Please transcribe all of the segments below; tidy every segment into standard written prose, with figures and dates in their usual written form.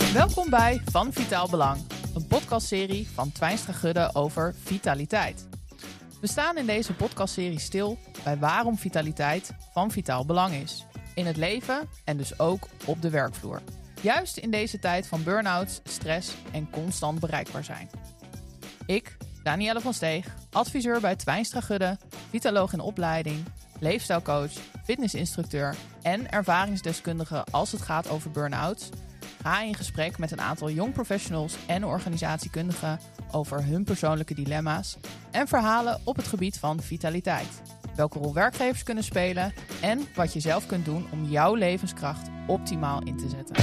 Welkom bij Van Vitaal Belang, een podcastserie van Twijnstra Gudde over vitaliteit. We staan in deze podcastserie stil bij waarom vitaliteit van vitaal belang is. In het leven en dus ook op de werkvloer. Juist in deze tijd van burn-outs, stress en constant bereikbaar zijn. Ik, Danielle van Steeg, adviseur bij Twijnstra Gudde, vitaloog in opleiding, leefstijlcoach, fitnessinstructeur en ervaringsdeskundige als het gaat over burn-outs, ga in gesprek met een aantal jong professionals en organisatiekundigen over hun persoonlijke dilemma's en verhalen op het gebied van vitaliteit. Welke rol werkgevers kunnen spelen en wat je zelf kunt doen om jouw levenskracht optimaal in te zetten.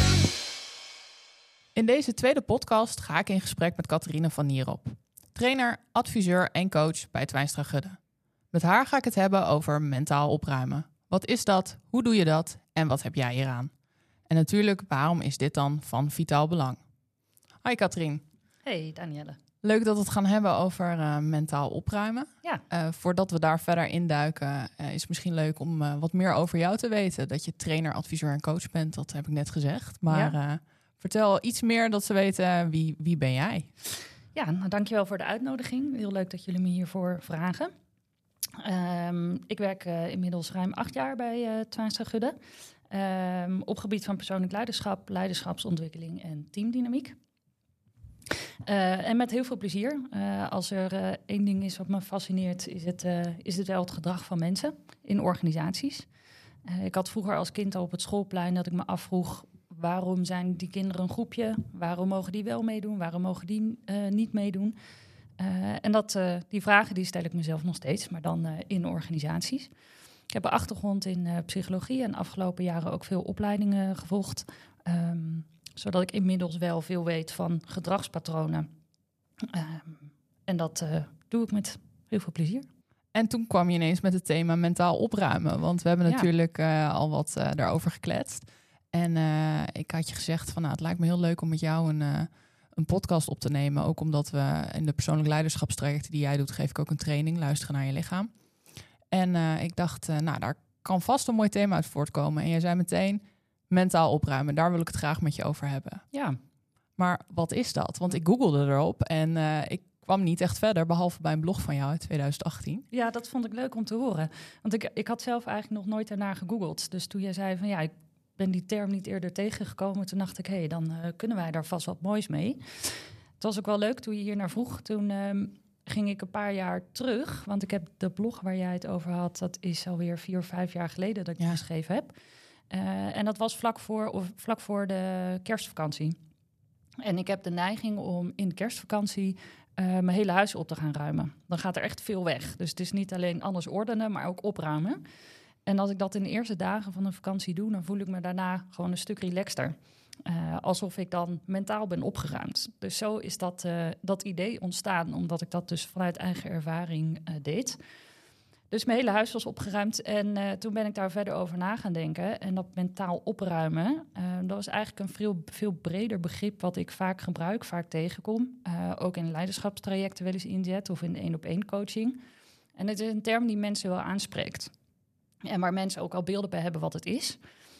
In deze tweede podcast ga ik in gesprek met Catharine van Nierop, trainer, adviseur en coach bij Twijnstra Gudde. Met haar ga ik het hebben over mentaal opruimen. Wat is dat? Hoe doe je dat? En wat heb jij hieraan? En natuurlijk, waarom is dit dan van vitaal belang? Hoi Catharine. Hey Danielle. Leuk dat we het gaan hebben over mentaal opruimen. Ja. Voordat we daar verder induiken, is het misschien leuk om wat meer over jou te weten. Dat je trainer, adviseur en coach bent, dat heb ik net gezegd. Maar vertel iets meer dat ze weten wie ben jij? Ja, nou, dankjewel voor de uitnodiging. Heel leuk dat jullie me hiervoor vragen. Ik werk inmiddels ruim 8 jaar bij Twijnstra Gudde. Op gebied van persoonlijk leiderschap, leiderschapsontwikkeling en teamdynamiek. En met heel veel plezier. Als er één ding is wat me fascineert, is het wel het gedrag van mensen in organisaties. Ik had vroeger als kind al op het schoolplein dat ik me afvroeg, waarom zijn die kinderen een groepje? Waarom mogen die wel meedoen? Waarom mogen die niet meedoen? En die vragen die stel ik mezelf nog steeds, maar dan in organisaties. Ik heb een achtergrond in psychologie en afgelopen jaren ook veel opleidingen gevolgd. Zodat ik inmiddels wel veel weet van gedragspatronen. En dat doe ik met heel veel plezier. En toen kwam je ineens met het thema mentaal opruimen. Want we hebben natuurlijk al wat daarover gekletst. En ik had je gezegd van het lijkt me heel leuk om met jou een podcast op te nemen. Ook omdat we in de persoonlijk leiderschapstrajecten die jij doet, geef ik ook een training, luisteren naar je lichaam. En ik dacht, daar kan vast een mooi thema uit voortkomen. En jij zei meteen, mentaal opruimen, daar wil ik het graag met je over hebben. Ja. Maar wat is dat? Want ik googelde erop en ik kwam niet echt verder, behalve bij een blog van jou uit 2018. Ja, dat vond ik leuk om te horen. Want ik had zelf eigenlijk nog nooit daarnaar gegoogeld. Dus toen jij zei van ik ben die term niet eerder tegengekomen, toen dacht ik, dan kunnen wij daar vast wat moois mee. Het was ook wel leuk toen je hier naar vroeg. Toen ging ik een paar jaar terug, want ik heb de blog waar jij het over had, dat is alweer 4 of 5 jaar geleden dat ik geschreven heb. En dat was vlak voor de kerstvakantie. En ik heb de neiging om in de kerstvakantie mijn hele huis op te gaan ruimen. Dan gaat er echt veel weg. Dus het is niet alleen alles ordenen, maar ook opruimen. En als ik dat in de eerste dagen van een vakantie doe, dan voel ik me daarna gewoon een stuk relaxter. Alsof ik dan mentaal ben opgeruimd. Dus zo is dat idee ontstaan, omdat ik dat dus vanuit eigen ervaring deed. Dus mijn hele huis was opgeruimd en toen ben ik daar verder over na gaan denken. En dat mentaal opruimen, dat was eigenlijk een veel breder begrip wat ik vaak gebruik, vaak tegenkom. Ook in leiderschapstrajecten wel eens inzet of in 1-op-1 coaching. En het is een term die mensen wel aanspreekt. En waar mensen ook al beelden bij hebben wat het is.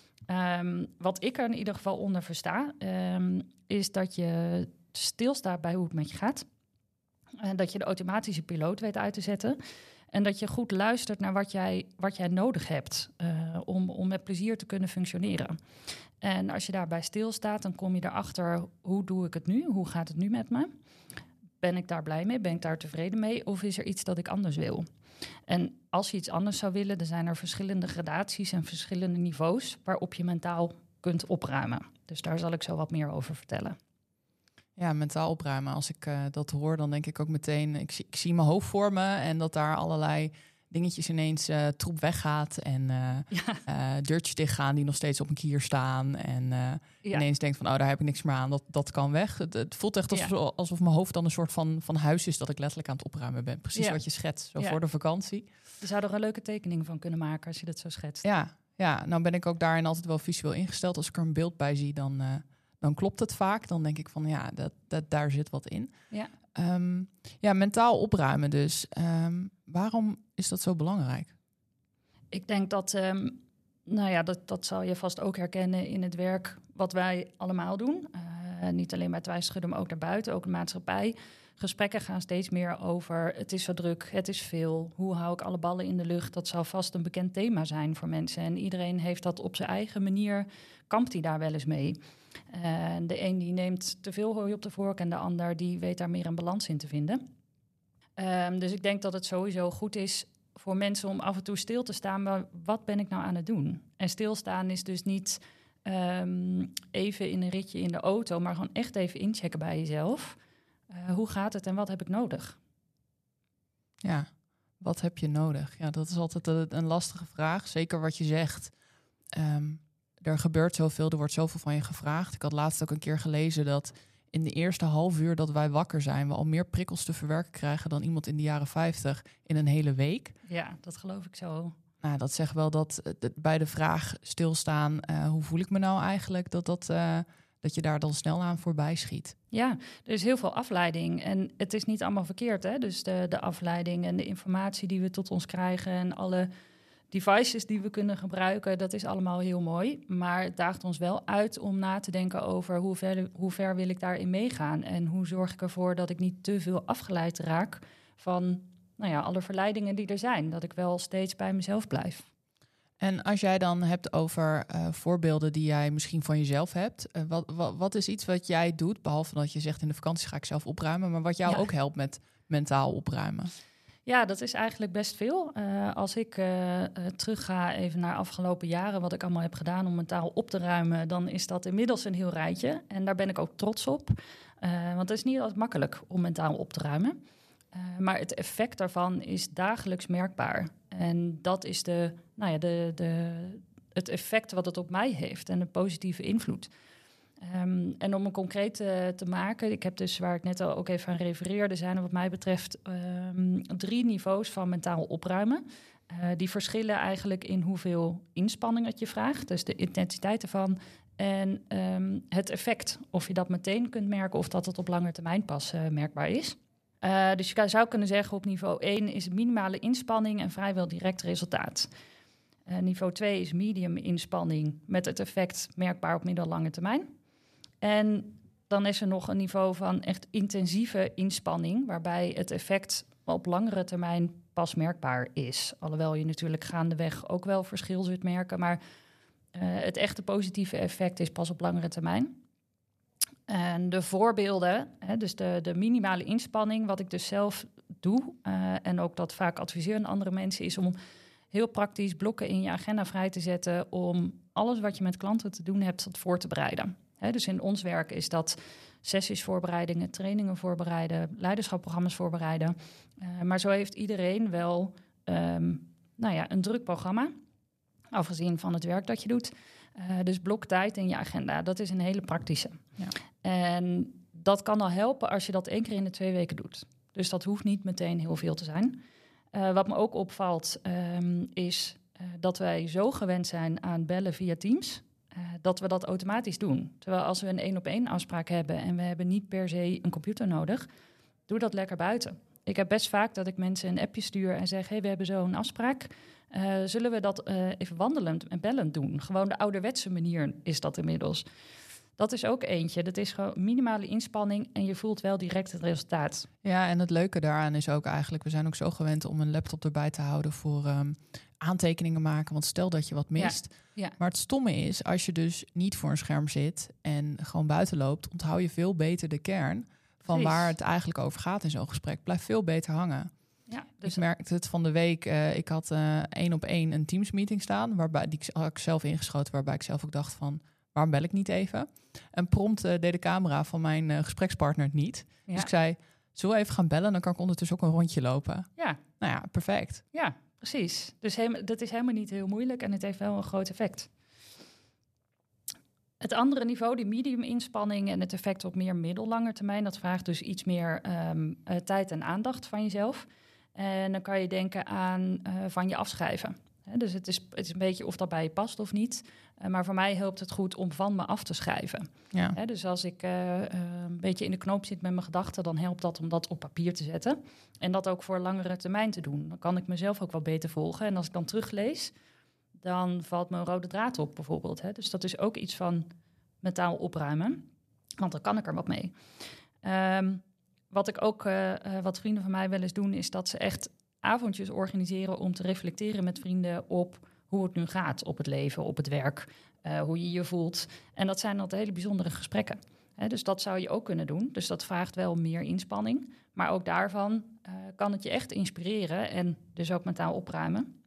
Wat ik er in ieder geval onder versta, is dat je stilstaat bij hoe het met je gaat. Dat je de automatische piloot weet uit te zetten. En dat je goed luistert naar wat jij nodig hebt om met plezier te kunnen functioneren. En als je daarbij stilstaat, dan kom je erachter, hoe doe ik het nu? Hoe gaat het nu met me? Ben ik daar blij mee? Ben ik daar tevreden mee? Of is er iets dat ik anders wil? En als je iets anders zou willen, dan zijn er verschillende gradaties en verschillende niveaus waarop je mentaal kunt opruimen. Dus daar zal ik zo wat meer over vertellen. Ja, mentaal opruimen. Als ik dat hoor, dan denk ik ook meteen, ik zie mijn hoofd voor me en dat daar allerlei dingetjes ineens troep weggaat en deurtjes dichtgaan die nog steeds op een kier staan. En ineens denkt van, daar heb ik niks meer aan, dat kan weg. Het voelt echt alsof mijn hoofd dan een soort van huis is dat ik letterlijk aan het opruimen ben. Precies wat je schetst, voor de vakantie. Je zou er een leuke tekening van kunnen maken als je dat zo schetst. Ja, nou ben ik ook daarin altijd wel visueel ingesteld. Als ik er een beeld bij zie, dan klopt het vaak. Dan denk ik van, daar zit wat in. Ja. Mentaal opruimen dus. Waarom is dat zo belangrijk? Ik denk dat, dat zal je vast ook herkennen in het werk wat wij allemaal doen. Niet alleen bij Twijnsterschudde, maar ook daarbuiten, ook de maatschappij. Gesprekken gaan steeds meer over het is zo druk, het is veel. Hoe hou ik alle ballen in de lucht? Dat zal vast een bekend thema zijn voor mensen. En iedereen heeft dat op zijn eigen manier, kampt hij daar wel eens mee. De een die neemt te veel hooi op de vork en de ander die weet daar meer een balans in te vinden. Dus ik denk dat het sowieso goed is voor mensen om af en toe stil te staan. Maar wat ben ik nou aan het doen? En stilstaan is dus niet even in een ritje in de auto, maar gewoon echt even inchecken bij jezelf. Hoe gaat het en wat heb ik nodig? Ja, wat heb je nodig? Ja, dat is altijd een lastige vraag. Zeker wat je zegt. Er gebeurt zoveel, er wordt zoveel van je gevraagd. Ik had laatst ook een keer gelezen dat in de eerste half uur dat wij wakker zijn, we al meer prikkels te verwerken krijgen dan iemand in de jaren 50 in een hele week. Ja, dat geloof ik zo. Nou, dat zegt wel dat bij de vraag stilstaan, hoe voel ik me nou eigenlijk, dat je daar dan snel aan voorbij schiet. Ja, er is heel veel afleiding en het is niet allemaal verkeerd, hè? Dus de afleiding en de informatie die we tot ons krijgen en alle devices die we kunnen gebruiken, dat is allemaal heel mooi. Maar het daagt ons wel uit om na te denken over hoe ver wil ik daarin meegaan en hoe zorg ik ervoor dat ik niet te veel afgeleid raak van alle verleidingen die er zijn. Dat ik wel steeds bij mezelf blijf. En als jij dan hebt over voorbeelden die jij misschien van jezelf hebt, wat is iets wat jij doet, behalve dat je zegt in de vakantie ga ik zelf opruimen, maar wat jou ook helpt met mentaal opruimen? Ja, dat is eigenlijk best veel. Als ik terug ga even naar afgelopen jaren, wat ik allemaal heb gedaan om mentaal op te ruimen, dan is dat inmiddels een heel rijtje. En daar ben ik ook trots op. Want het is niet altijd makkelijk om mentaal op te ruimen. Maar het effect daarvan is dagelijks merkbaar. En dat is het effect wat het op mij heeft en de positieve invloed. En om het concreet te maken, ik heb dus waar ik net al ook even aan refereerde, zijn er wat mij betreft 3 niveaus van mentaal opruimen. Die verschillen eigenlijk in hoeveel inspanning het je vraagt, dus de intensiteit ervan. En het effect, of je dat meteen kunt merken of dat het op lange termijn pas merkbaar is. Dus je zou kunnen zeggen op niveau 1 is minimale inspanning en vrijwel direct resultaat. Niveau 2 is medium inspanning met het effect merkbaar op middellange termijn. En dan is er nog een niveau van echt intensieve inspanning, waarbij het effect op langere termijn pas merkbaar is. Alhoewel je natuurlijk gaandeweg ook wel verschil zult merken, maar het echte positieve effect is pas op langere termijn. En de voorbeelden, dus de minimale inspanning, wat ik dus zelf doe, en ook dat vaak adviseer aan andere mensen, is om heel praktisch blokken in je agenda vrij te zetten om alles wat je met klanten te doen hebt voor te bereiden. Dus in ons werk is dat sessies voorbereidingen, trainingen voorbereiden, leiderschapprogramma's voorbereiden. Maar zo heeft iedereen wel een druk programma, afgezien van het werk dat je doet. Dus blok tijd in je agenda, dat is een hele praktische. Ja. En dat kan al helpen als je dat 1 keer in de 2 weken doet. Dus dat hoeft niet meteen heel veel te zijn. Wat me ook opvalt is dat wij zo gewend zijn aan bellen via Teams, dat we dat automatisch doen. Terwijl als we een 1-op-1 afspraak hebben en we hebben niet per se een computer nodig, doe dat lekker buiten. Ik heb best vaak dat ik mensen een appje stuur en zeg, we hebben zo een afspraak. Zullen we dat even wandelend en bellend doen? Gewoon de ouderwetse manier is dat inmiddels. Dat is ook eentje. Dat is gewoon minimale inspanning en je voelt wel direct het resultaat. Ja, en het leuke daaraan is ook eigenlijk, we zijn ook zo gewend om een laptop erbij te houden voor aantekeningen maken. Want stel dat je wat mist. Ja. Maar het stomme is, als je dus niet voor een scherm zit en gewoon buiten loopt, onthoud je veel beter de kern van waar het eigenlijk over gaat in zo'n gesprek. Blijft veel beter hangen. Ja, dus ik merkte het van de week. Ik had 1-op-1 een Teams meeting staan, die had ik zelf ingeschoten, waarbij ik zelf ook dacht van, waarom bel ik niet even? En prompt deed de camera van mijn gesprekspartner het niet. Ja. Dus ik zei, zullen we even gaan bellen? Dan kan ik ondertussen ook een rondje lopen. Ja. Nou ja, perfect. Ja, precies. Dus dat is helemaal niet heel moeilijk en het heeft wel een groot effect. Het andere niveau, die medium inspanning en het effect op meer middellange termijn, dat vraagt dus iets meer tijd en aandacht van jezelf. En dan kan je denken aan van je afschrijven. Dus het is een beetje of dat bij je past of niet. Maar voor mij helpt het goed om van me af te schrijven. Ja. Dus als ik een beetje in de knoop zit met mijn gedachten, dan helpt dat om dat op papier te zetten. En dat ook voor langere termijn te doen. Dan kan ik mezelf ook wel beter volgen. En als ik dan teruglees, dan valt me een rode draad op bijvoorbeeld. Dus dat is ook iets van mentaal opruimen. Want dan kan ik er wat mee. Wat ik ook, wat vrienden van mij wel eens doen, is dat ze echt avondjes organiseren om te reflecteren met vrienden op hoe het nu gaat op het leven, op het werk, hoe je je voelt. En dat zijn altijd hele bijzondere gesprekken. Dus dat zou je ook kunnen doen. Dus dat vraagt wel meer inspanning. Maar ook daarvan kan het je echt inspireren en dus ook mentaal opruimen.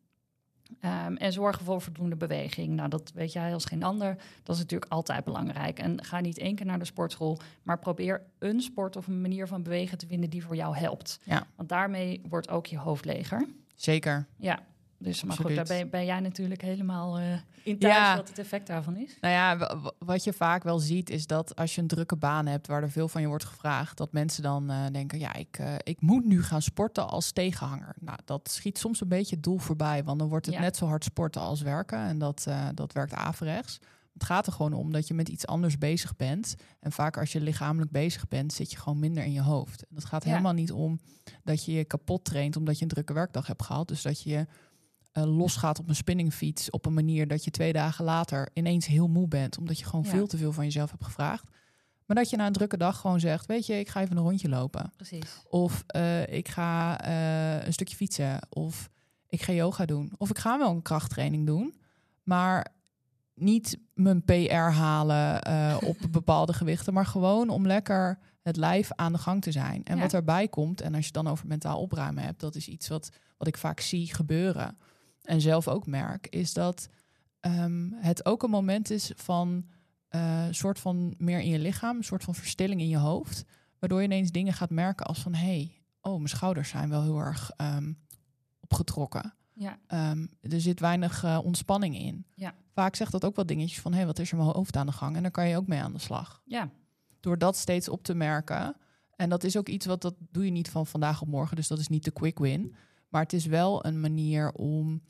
En zorgen voor voldoende beweging. Nou, dat weet jij als geen ander. Dat is natuurlijk altijd belangrijk. En ga niet 1 keer naar de sportschool, maar probeer een sport of een manier van bewegen te vinden die voor jou helpt. Ja. Want daarmee wordt ook je hoofd leger. Zeker. Ja, dus maar Absoluut. goed, daar ben jij natuurlijk helemaal in thuis wat het effect daarvan is. Nou ja, wat je vaak wel ziet is dat als je een drukke baan hebt waar er veel van je wordt gevraagd, dat mensen dan denken, ja, ik moet nu gaan sporten als tegenhanger. Nou, dat schiet soms een beetje het doel voorbij, want dan wordt het net zo hard sporten als werken en dat werkt averechts. Het gaat er gewoon om dat je met iets anders bezig bent. En vaak als je lichamelijk bezig bent, zit je gewoon minder in je hoofd. En dat gaat helemaal niet om dat je je kapot traint omdat je een drukke werkdag hebt gehad. Dus dat je losgaat op een spinningfiets op een manier dat je 2 dagen later ineens heel moe bent, omdat je gewoon veel te veel van jezelf hebt gevraagd. Maar dat je na een drukke dag gewoon zegt, weet je, ik ga even een rondje lopen. Precies. Of ik ga een stukje fietsen. Of ik ga yoga doen. Of ik ga wel een krachttraining doen. Maar niet mijn PR halen op bepaalde gewichten, maar gewoon om lekker het lijf aan de gang te zijn. En wat erbij komt, en als je het dan over mentaal opruimen hebt, dat is iets wat ik vaak zie gebeuren en zelf ook merk, is dat het ook een moment is van soort van meer in je lichaam, een soort van verstilling in je hoofd, waardoor je ineens dingen gaat merken als van, mijn schouders zijn wel heel erg opgetrokken. Ja. Er zit weinig ontspanning in. Ja. Vaak zegt dat ook wel dingetjes van, wat is er mijn hoofd aan de gang? En daar kan je ook mee aan de slag. Ja. Door dat steeds op te merken. En dat is ook iets dat doe je niet van vandaag op morgen. Dus dat is niet de quick win. Maar het is wel een manier om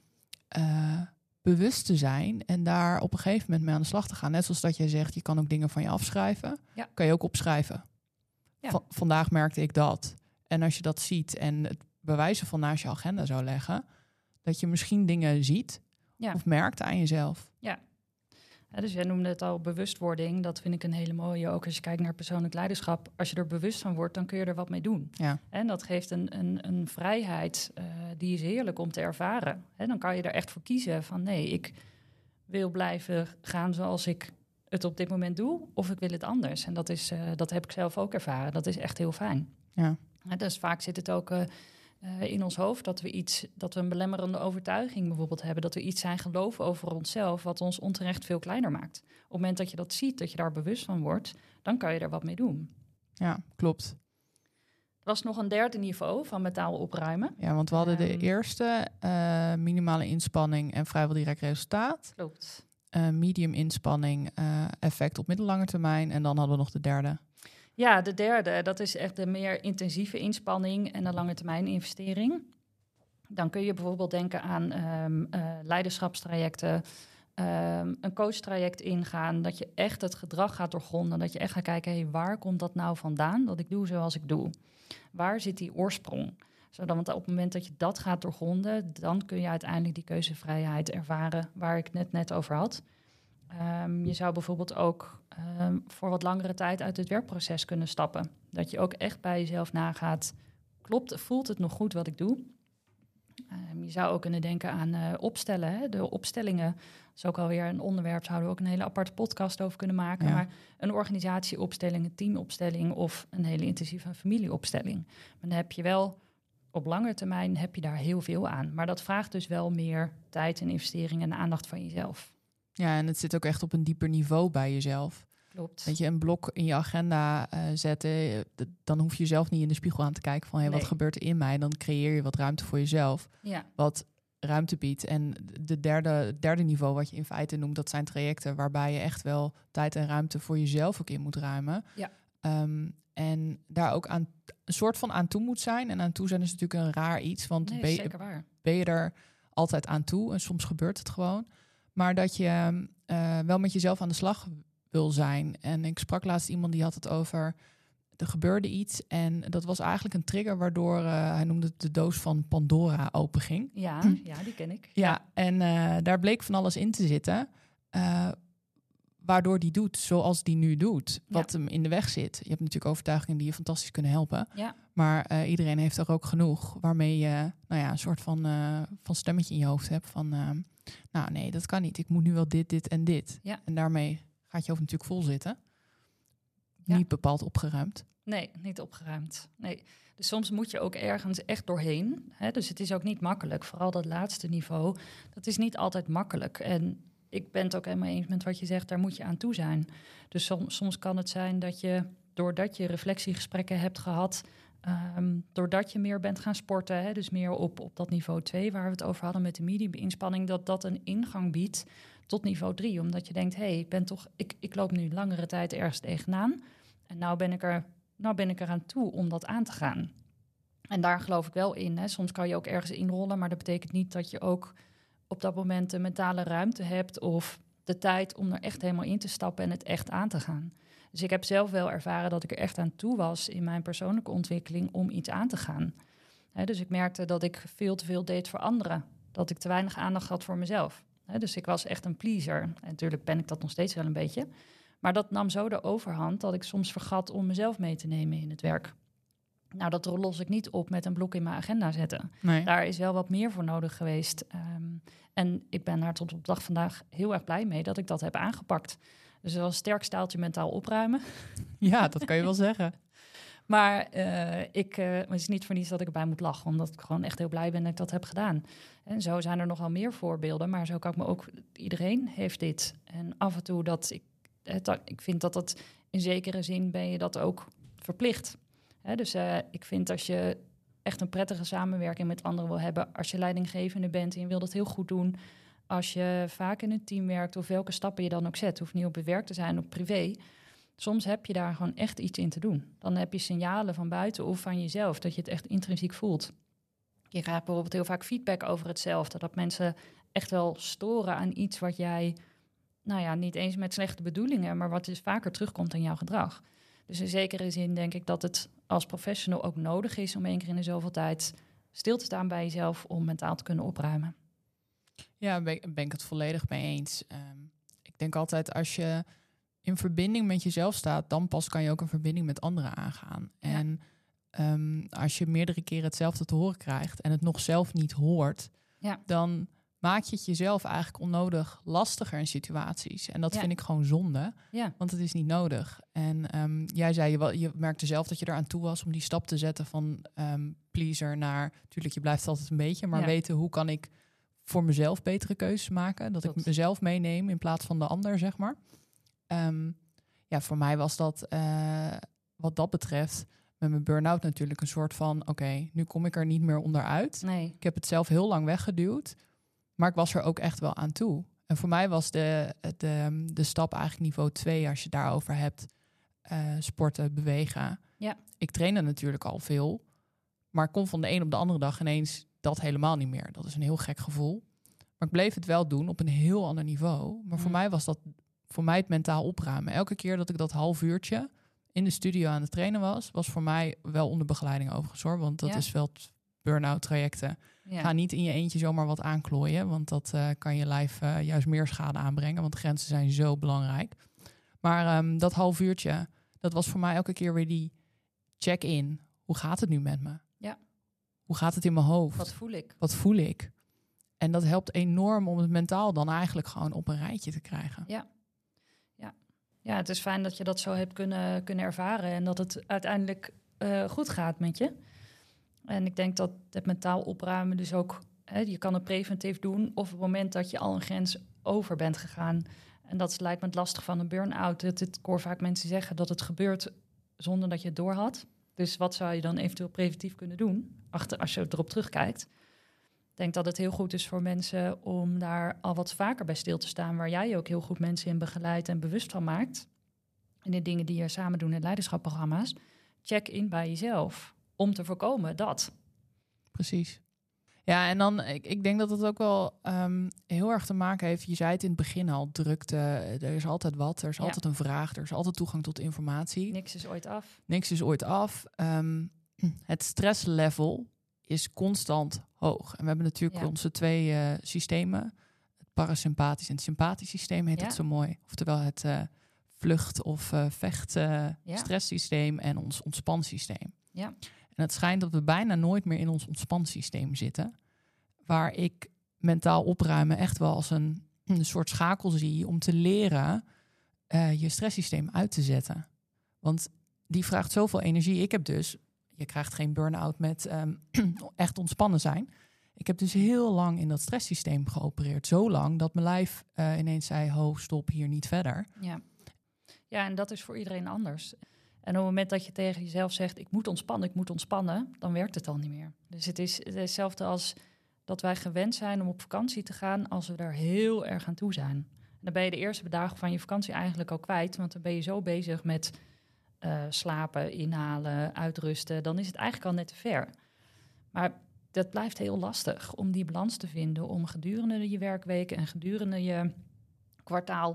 bewust te zijn en daar op een gegeven moment mee aan de slag te gaan. Net zoals dat jij zegt, je kan ook dingen van je afschrijven. Ja. Kan je ook opschrijven. Ja. Vandaag merkte ik dat. En als je dat ziet en het bewijzen van naast je agenda zou leggen, dat je misschien dingen ziet of merkt aan jezelf. Ja. Dus jij noemde het al bewustwording. Dat vind ik een hele mooie. Ook als je kijkt naar persoonlijk leiderschap. Als je er bewust van wordt, dan kun je er wat mee doen. Ja. En dat geeft een vrijheid die is heerlijk om te ervaren. En dan kan je er echt voor kiezen van nee, ik wil blijven gaan zoals ik het op dit moment doe. Of ik wil het anders. En dat heb ik zelf ook ervaren. Dat is echt heel fijn. Ja. Dus vaak zit het ook in ons hoofd dat we een belemmerende overtuiging bijvoorbeeld hebben, dat we iets zijn geloven over onszelf wat ons onterecht veel kleiner maakt. Op het moment dat je dat ziet, dat je daar bewust van wordt, dan kan je er wat mee doen. Ja, klopt. Er was nog een derde niveau van mentaal opruimen. Ja, want we hadden de eerste minimale inspanning en vrijwel direct resultaat. Klopt. Medium inspanning, effect op middellange termijn. En dan hadden we nog de derde. Ja, de derde, dat is echt de meer intensieve inspanning en een lange termijn investering. Dan kun je bijvoorbeeld denken aan leiderschapstrajecten, een coachtraject ingaan, dat je echt het gedrag gaat doorgronden, dat je echt gaat kijken, waar komt dat nou vandaan, dat ik doe zoals ik doe? Waar zit die oorsprong? Want op het moment dat je dat gaat doorgronden, dan kun je uiteindelijk die keuzevrijheid ervaren waar ik het net over had. Je zou bijvoorbeeld ook voor wat langere tijd uit het werkproces kunnen stappen. Dat je ook echt bij jezelf nagaat, voelt het nog goed wat ik doe? Je zou ook kunnen denken aan opstellen. Hè? De opstellingen, dat is ook alweer een onderwerp, zouden we ook een hele aparte podcast over kunnen maken. Ja. Maar een organisatieopstelling, een teamopstelling of een hele intensieve familieopstelling. Maar dan heb je wel, op lange termijn heb je daar heel veel aan. Maar dat vraagt dus wel meer tijd en investering en aandacht van jezelf. Ja, en het zit ook echt op een dieper niveau bij jezelf. Klopt. Dat je een blok in je agenda zetten, dan hoef je zelf niet in de spiegel aan te kijken van wat gebeurt er in mij? Dan creëer je wat ruimte voor jezelf, wat ruimte biedt. En de derde niveau wat je in feite noemt, dat zijn trajecten waarbij je echt wel tijd en ruimte voor jezelf ook in moet ruimen. Ja. En daar ook een soort van aan toe moet zijn. En aan toe zijn is natuurlijk een raar iets, want ben je er altijd aan toe en soms gebeurt het gewoon. Maar dat je wel met jezelf aan de slag wil zijn. En ik sprak laatst iemand die had het over, er gebeurde iets en dat was eigenlijk een trigger waardoor, hij noemde het de doos van Pandora openging. Ja, die ken ik. Ja, en daar bleek van alles in te zitten. waardoor die doet zoals die nu doet. Wat hem in de weg zit. Je hebt natuurlijk overtuigingen die je fantastisch kunnen helpen. Ja. Maar iedereen heeft er ook genoeg waarmee je een soort van stemmetje in je hoofd hebt. Van, nee, dat kan niet. Ik moet nu wel dit en dit. Ja. En daarmee gaat je hoofd natuurlijk vol zitten. Ja. Niet bepaald opgeruimd. Nee, niet opgeruimd. Nee. Dus soms moet je ook ergens echt doorheen. Hè? Dus het is ook niet makkelijk. Vooral dat laatste niveau, dat is niet altijd makkelijk. En ik ben het ook helemaal eens met wat je zegt, daar moet je aan toe zijn. Dus soms kan het zijn dat je, doordat je reflectiegesprekken hebt gehad, doordat je meer bent gaan sporten, hè, dus meer op dat niveau 2, waar we het over hadden met de medium-inspanning, dat een ingang biedt tot niveau 3. Omdat je denkt, ik loop nu langere tijd ergens tegenaan. En nou ben ik eraan toe om dat aan te gaan. En daar geloof ik wel in. Hè. Soms kan je ook ergens inrollen, maar dat betekent niet dat je ook op dat moment de mentale ruimte hebt of de tijd om er echt helemaal in te stappen en het echt aan te gaan. Dus ik heb zelf wel ervaren dat ik er echt aan toe was in mijn persoonlijke ontwikkeling om iets aan te gaan. Dus ik merkte dat ik veel te veel deed voor anderen. Dat ik te weinig aandacht had voor mezelf. Dus ik was echt een pleaser. En natuurlijk ben ik dat nog steeds wel een beetje. Maar dat nam zo de overhand dat ik soms vergat om mezelf mee te nemen in het werk. Nou, dat los ik niet op met een blok in mijn agenda zetten. Nee. Daar is wel wat meer voor nodig geweest. En ik ben daar tot op de dag vandaag heel erg blij mee dat ik dat heb aangepakt. Dus dat was een sterk staaltje mentaal opruimen. Ja, dat kan je wel zeggen. Maar het is niet voor niets dat ik erbij moet lachen, omdat ik gewoon echt heel blij ben dat ik dat heb gedaan. En zo zijn er nogal meer voorbeelden, maar zo kan ik me ook... Iedereen heeft dit. En af en toe ik vind dat in zekere zin ben je dat ook verplicht. Dus ik vind als je echt een prettige samenwerking met anderen wil hebben, als je leidinggevende bent en je wil dat heel goed doen, als je vaak in een team werkt of welke stappen je dan ook zet, hoeft niet op je werk te zijn, op privé. Soms heb je daar gewoon echt iets in te doen. Dan heb je signalen van buiten of van jezelf dat je het echt intrinsiek voelt. Je krijgt bijvoorbeeld heel vaak feedback over hetzelfde, dat mensen echt wel storen aan iets wat jij, niet eens met slechte bedoelingen, maar wat dus vaker terugkomt in jouw gedrag. Dus in zekere zin denk ik dat het als professional ook nodig is om 1 keer in de zoveel tijd stil te staan bij jezelf om mentaal te kunnen opruimen. Ja, ben ik het volledig mee eens. Ik denk altijd als je in verbinding met jezelf staat, dan pas kan je ook een verbinding met anderen aangaan. Ja. En als je meerdere keren hetzelfde te horen krijgt en het nog zelf niet hoort, dan maak je het jezelf eigenlijk onnodig lastiger in situaties. En dat vind ik gewoon zonde, want het is niet nodig. En jij zei, je merkte zelf dat je eraan toe was om die stap te zetten van pleaser naar, tuurlijk, je blijft altijd een beetje, maar weten hoe kan ik voor mezelf betere keuzes maken. Dat ik mezelf meeneem in plaats van de ander, zeg maar. Voor mij was dat, wat dat betreft, met mijn burn-out natuurlijk een soort van, oké, nu kom ik er niet meer onderuit. Nee. Ik heb het zelf heel lang weggeduwd, maar ik was er ook echt wel aan toe. En voor mij was de stap eigenlijk niveau 2, als je daarover hebt, sporten, bewegen. Ja. Ik trainde natuurlijk al veel, maar ik kon van de een op de andere dag ineens dat helemaal niet meer. Dat is een heel gek gevoel. Maar ik bleef het wel doen op een heel ander niveau. Maar voor mij was dat het mentaal opruimen. Elke keer dat ik dat half uurtje in de studio aan het trainen was voor mij wel onder begeleiding overigens hoor. Want dat is wel burn-out trajecten. Ja. Ga niet in je eentje zomaar wat aanklooien, want dat kan je lijf juist meer schade aanbrengen. Want grenzen zijn zo belangrijk. Maar dat half uurtje, dat was voor mij elke keer weer die check-in. Hoe gaat het nu met me? Ja. Hoe gaat het in mijn hoofd? Wat voel ik? En dat helpt enorm om het mentaal dan eigenlijk gewoon op een rijtje te krijgen. Ja, het is fijn dat je dat zo hebt kunnen ervaren en dat het uiteindelijk goed gaat met je. En ik denk dat het mentaal opruimen dus ook, je kan het preventief doen of op het moment dat je al een grens over bent gegaan. En dat lijkt me het lastig van een burn-out. Ik hoor vaak mensen zeggen dat het gebeurt zonder dat je het door had. Dus wat zou je dan eventueel preventief kunnen doen als je erop terugkijkt? Ik denk dat het heel goed is voor mensen om daar al wat vaker bij stil te staan, waar jij ook heel goed mensen in begeleidt en bewust van maakt. En de dingen die je samen doen in leiderschapprogramma's. Check in bij jezelf om te voorkomen dat. Precies. Ja, en dan, ik denk dat het ook wel heel erg te maken heeft. Je zei het in het begin al, drukte. Er is altijd wat, er is altijd een vraag, er is altijd toegang tot informatie. Niks is ooit af. Het stresslevel is constant hoog. En we hebben natuurlijk onze 2 systemen. Het parasympathisch en het sympathisch systeem heet het zo mooi. Oftewel het vlucht- of stresssysteem en ons ontspansysteem. Ja. En het schijnt dat we bijna nooit meer in ons ontspansysteem zitten. Waar ik mentaal opruimen echt wel als een soort schakel zie om te leren je stresssysteem uit te zetten. Want die vraagt zoveel energie. Ik heb dus, je krijgt geen burn-out met echt ontspannen zijn. Ik heb dus heel lang in dat stresssysteem geopereerd. Zo lang dat mijn lijf ineens zei, ho, stop, hier niet verder. Ja, en dat is voor iedereen anders. En op het moment dat je tegen jezelf zegt, ik moet ontspannen, dan werkt het al niet meer. Dus het is hetzelfde als dat wij gewend zijn om op vakantie te gaan als we daar heel erg aan toe zijn. En dan ben je de eerste dagen van je vakantie eigenlijk al kwijt, want dan ben je zo bezig met slapen, inhalen, uitrusten. Dan is het eigenlijk al net te ver. Maar dat blijft heel lastig om die balans te vinden, om gedurende je werkweken en gedurende je kwartaal,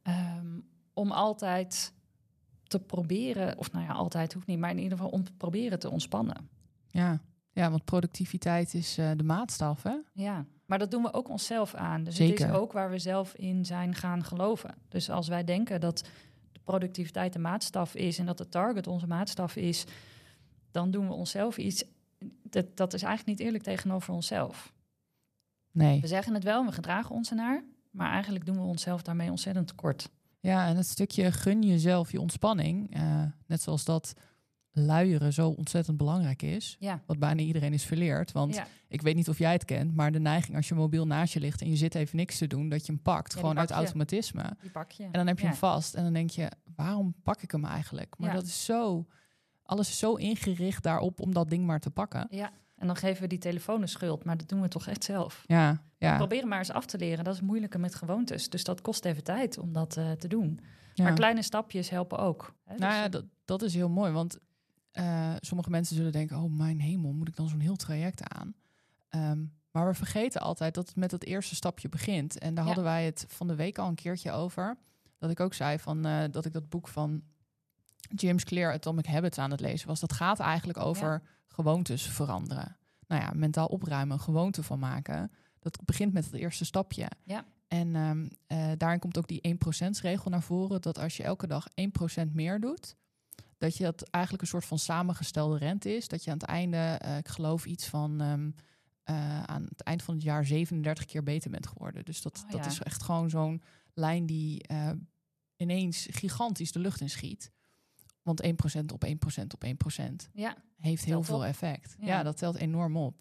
om altijd te proberen, of nou ja, altijd hoeft niet, maar in ieder geval om te proberen te ontspannen. Ja, want productiviteit is de maatstaf, hè? Ja, maar dat doen we ook onszelf aan. Dus Zeker. Het is ook waar we zelf in zijn gaan geloven. Dus als wij denken dat de productiviteit de maatstaf is en dat de target onze maatstaf is, dan doen we onszelf iets. Dat is eigenlijk niet eerlijk tegenover onszelf. Nee. We zeggen het wel en we gedragen ons ernaar, maar eigenlijk doen we onszelf daarmee ontzettend tekort. Ja, en het stukje gun jezelf je ontspanning, net zoals dat luieren zo ontzettend belangrijk is, wat bijna iedereen is verleerd. Want ik weet niet of jij het kent, maar de neiging als je mobiel naast je ligt en je zit even niks te doen, dat je hem pakt, gewoon uit automatisme. Die pak je. En dan heb je hem vast en dan denk je, waarom pak ik hem eigenlijk? Maar dat is zo, alles is zo ingericht daarop om dat ding maar te pakken. Ja, en dan geven we die telefoon een schuld, maar dat doen we toch echt zelf. Ja. Probeer maar eens af te leren, dat is moeilijker met gewoontes. Dus dat kost even tijd om dat te doen. Ja. Maar kleine stapjes helpen ook. Hè? Nou ja, dat is heel mooi, want sommige mensen zullen denken, oh mijn hemel, moet ik dan zo'n heel traject aan? Maar we vergeten altijd dat het met dat eerste stapje begint. En daar hadden wij het van de week al een keertje over. Dat ik ook zei dat ik dat boek van James Clear, Atomic Habits, aan het lezen was. Dat gaat eigenlijk over gewoontes veranderen. Nou ja, mentaal opruimen, gewoonte van maken. Dat begint met het eerste stapje. Ja. En daarin komt ook die 1%-regel naar voren. Dat als je elke dag 1% meer doet, dat je dat eigenlijk een soort van samengestelde rente is. Dat je aan het einde, ik geloof iets van aan het eind van het jaar 37 keer beter bent geworden. Dus dat is echt gewoon zo'n lijn die ineens gigantisch de lucht in schiet. Want 1% op 1% op 1% heeft heel veel effect. Ja, dat telt enorm op.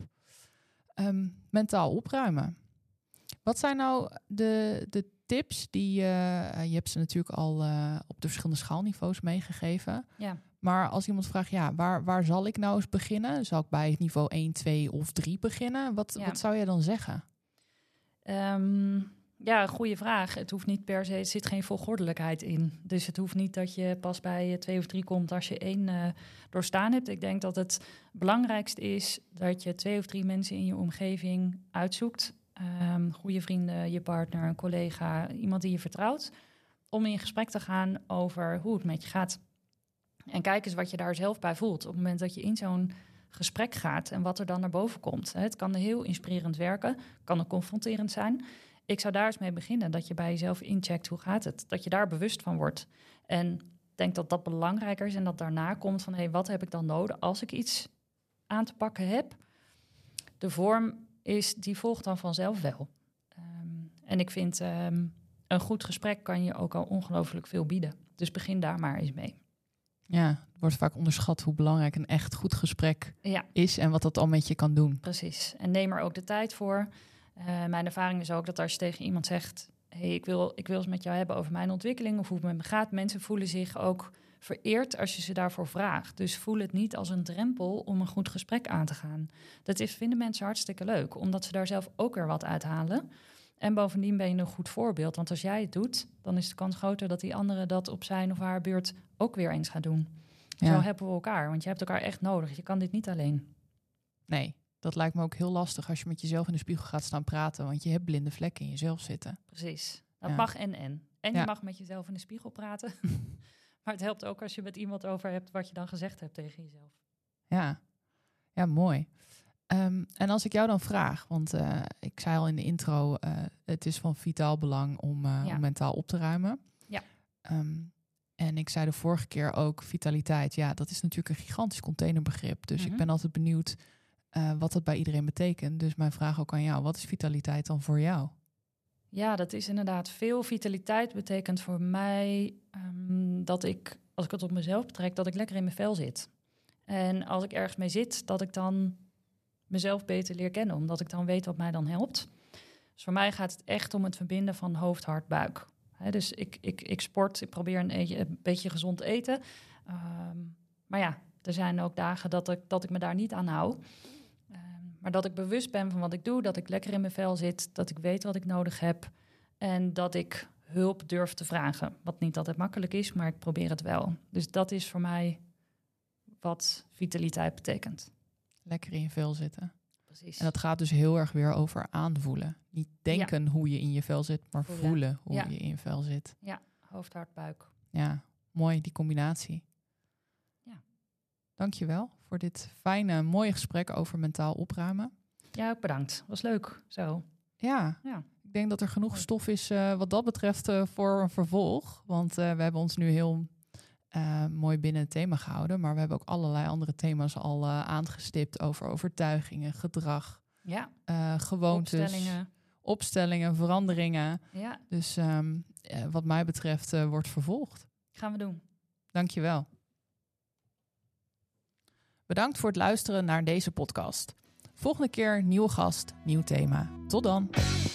Mentaal opruimen. Wat zijn nou de tips die je hebt ze natuurlijk al op de verschillende schaalniveaus meegegeven. Ja. Maar als iemand vraagt, waar zal ik nou eens beginnen? Zal ik bij niveau 1, 2 of 3 beginnen? Wat zou jij dan zeggen? Goede vraag. Het hoeft niet per se, er zit geen volgordelijkheid in. Dus het hoeft niet dat je pas bij 2 of 3 komt als je 1 doorstaan hebt. Ik denk dat het belangrijkste is dat je 2 of 3 mensen in je omgeving uitzoekt. Goede vrienden, je partner, een collega, iemand die je vertrouwt, om in gesprek te gaan over hoe het met je gaat. En kijk eens wat je daar zelf bij voelt op het moment dat je in zo'n gesprek gaat en wat er dan naar boven komt. Het kan heel inspirerend werken, kan ook confronterend zijn. Ik zou daar eens mee beginnen, dat je bij jezelf incheckt hoe gaat het. Dat je daar bewust van wordt. En ik denk dat dat belangrijker is en dat daarna komt van wat heb ik dan nodig als ik iets aan te pakken heb. De vorm die volgt dan vanzelf wel. En ik vind een goed gesprek kan je ook al ongelooflijk veel bieden. Dus begin daar maar eens mee. Ja, het wordt vaak onderschat hoe belangrijk een echt goed gesprek is en wat dat al met je kan doen. Precies. En neem er ook de tijd voor. Mijn ervaring is ook dat als je tegen iemand zegt, hey, ik wil eens met jou hebben over mijn ontwikkeling of hoe het met me gaat. Mensen voelen zich ook vereerd als je ze daarvoor vraagt. Dus voel het niet als een drempel om een goed gesprek aan te gaan. Vinden mensen hartstikke leuk, omdat ze daar zelf ook weer wat uithalen. En bovendien ben je een goed voorbeeld. Want als jij het doet, dan is de kans groter dat die andere dat op zijn of haar beurt ook weer eens gaat doen. Ja. Zo hebben we elkaar, want je hebt elkaar echt nodig. Je kan dit niet alleen. Nee, dat lijkt me ook heel lastig als je met jezelf in de spiegel gaat staan praten. Want je hebt blinde vlekken in jezelf zitten. Precies. Dat mag en. En je mag met jezelf in de spiegel praten. Maar het helpt ook als je met iemand over hebt wat je dan gezegd hebt tegen jezelf. Ja, mooi. En als ik jou dan vraag, want ik zei al in de intro, het is van vitaal belang om mentaal op te ruimen. Ja. En ik zei de vorige keer ook, vitaliteit, ja, dat is natuurlijk een gigantisch containerbegrip. Dus ik ben altijd benieuwd wat dat bij iedereen betekent. Dus mijn vraag ook aan jou, wat is vitaliteit dan voor jou? Ja, dat is inderdaad veel. Vitaliteit betekent voor mij dat ik, als ik het op mezelf betrek, dat ik lekker in mijn vel zit. En als ik ergens mee zit, dat ik dan mezelf beter leer kennen, omdat ik dan weet wat mij dan helpt. Dus voor mij gaat het echt om het verbinden van hoofd, hart, buik. Dus ik sport, ik probeer een beetje gezond eten. Maar ja, er zijn ook dagen dat ik me daar niet aan hou. Maar dat ik bewust ben van wat ik doe, dat ik lekker in mijn vel zit, dat ik weet wat ik nodig heb en dat ik hulp durf te vragen. Wat niet altijd makkelijk is, maar ik probeer het wel. Dus dat is voor mij wat vitaliteit betekent. Lekker in je vel zitten. Precies. En dat gaat dus heel erg weer over aanvoelen. Niet denken hoe je in je vel zit, maar voelen hoe je in je vel zit. Ja, hoofd, hart, buik. Ja, mooi die combinatie. Ja. Dankjewel voor dit fijne, mooie gesprek over mentaal opruimen. Ja, ook bedankt. Was leuk. Zo. Ja. Ik denk dat er genoeg stof is wat dat betreft voor een vervolg. Want we hebben ons nu heel mooi binnen het thema gehouden. Maar we hebben ook allerlei andere thema's al aangestipt over overtuigingen, gedrag, gewoontes, opstellingen, veranderingen. Ja. Dus wat mij betreft wordt vervolgd. Gaan we doen. Dankjewel. Bedankt voor het luisteren naar deze podcast. Volgende keer nieuwe gast, nieuw thema. Tot dan.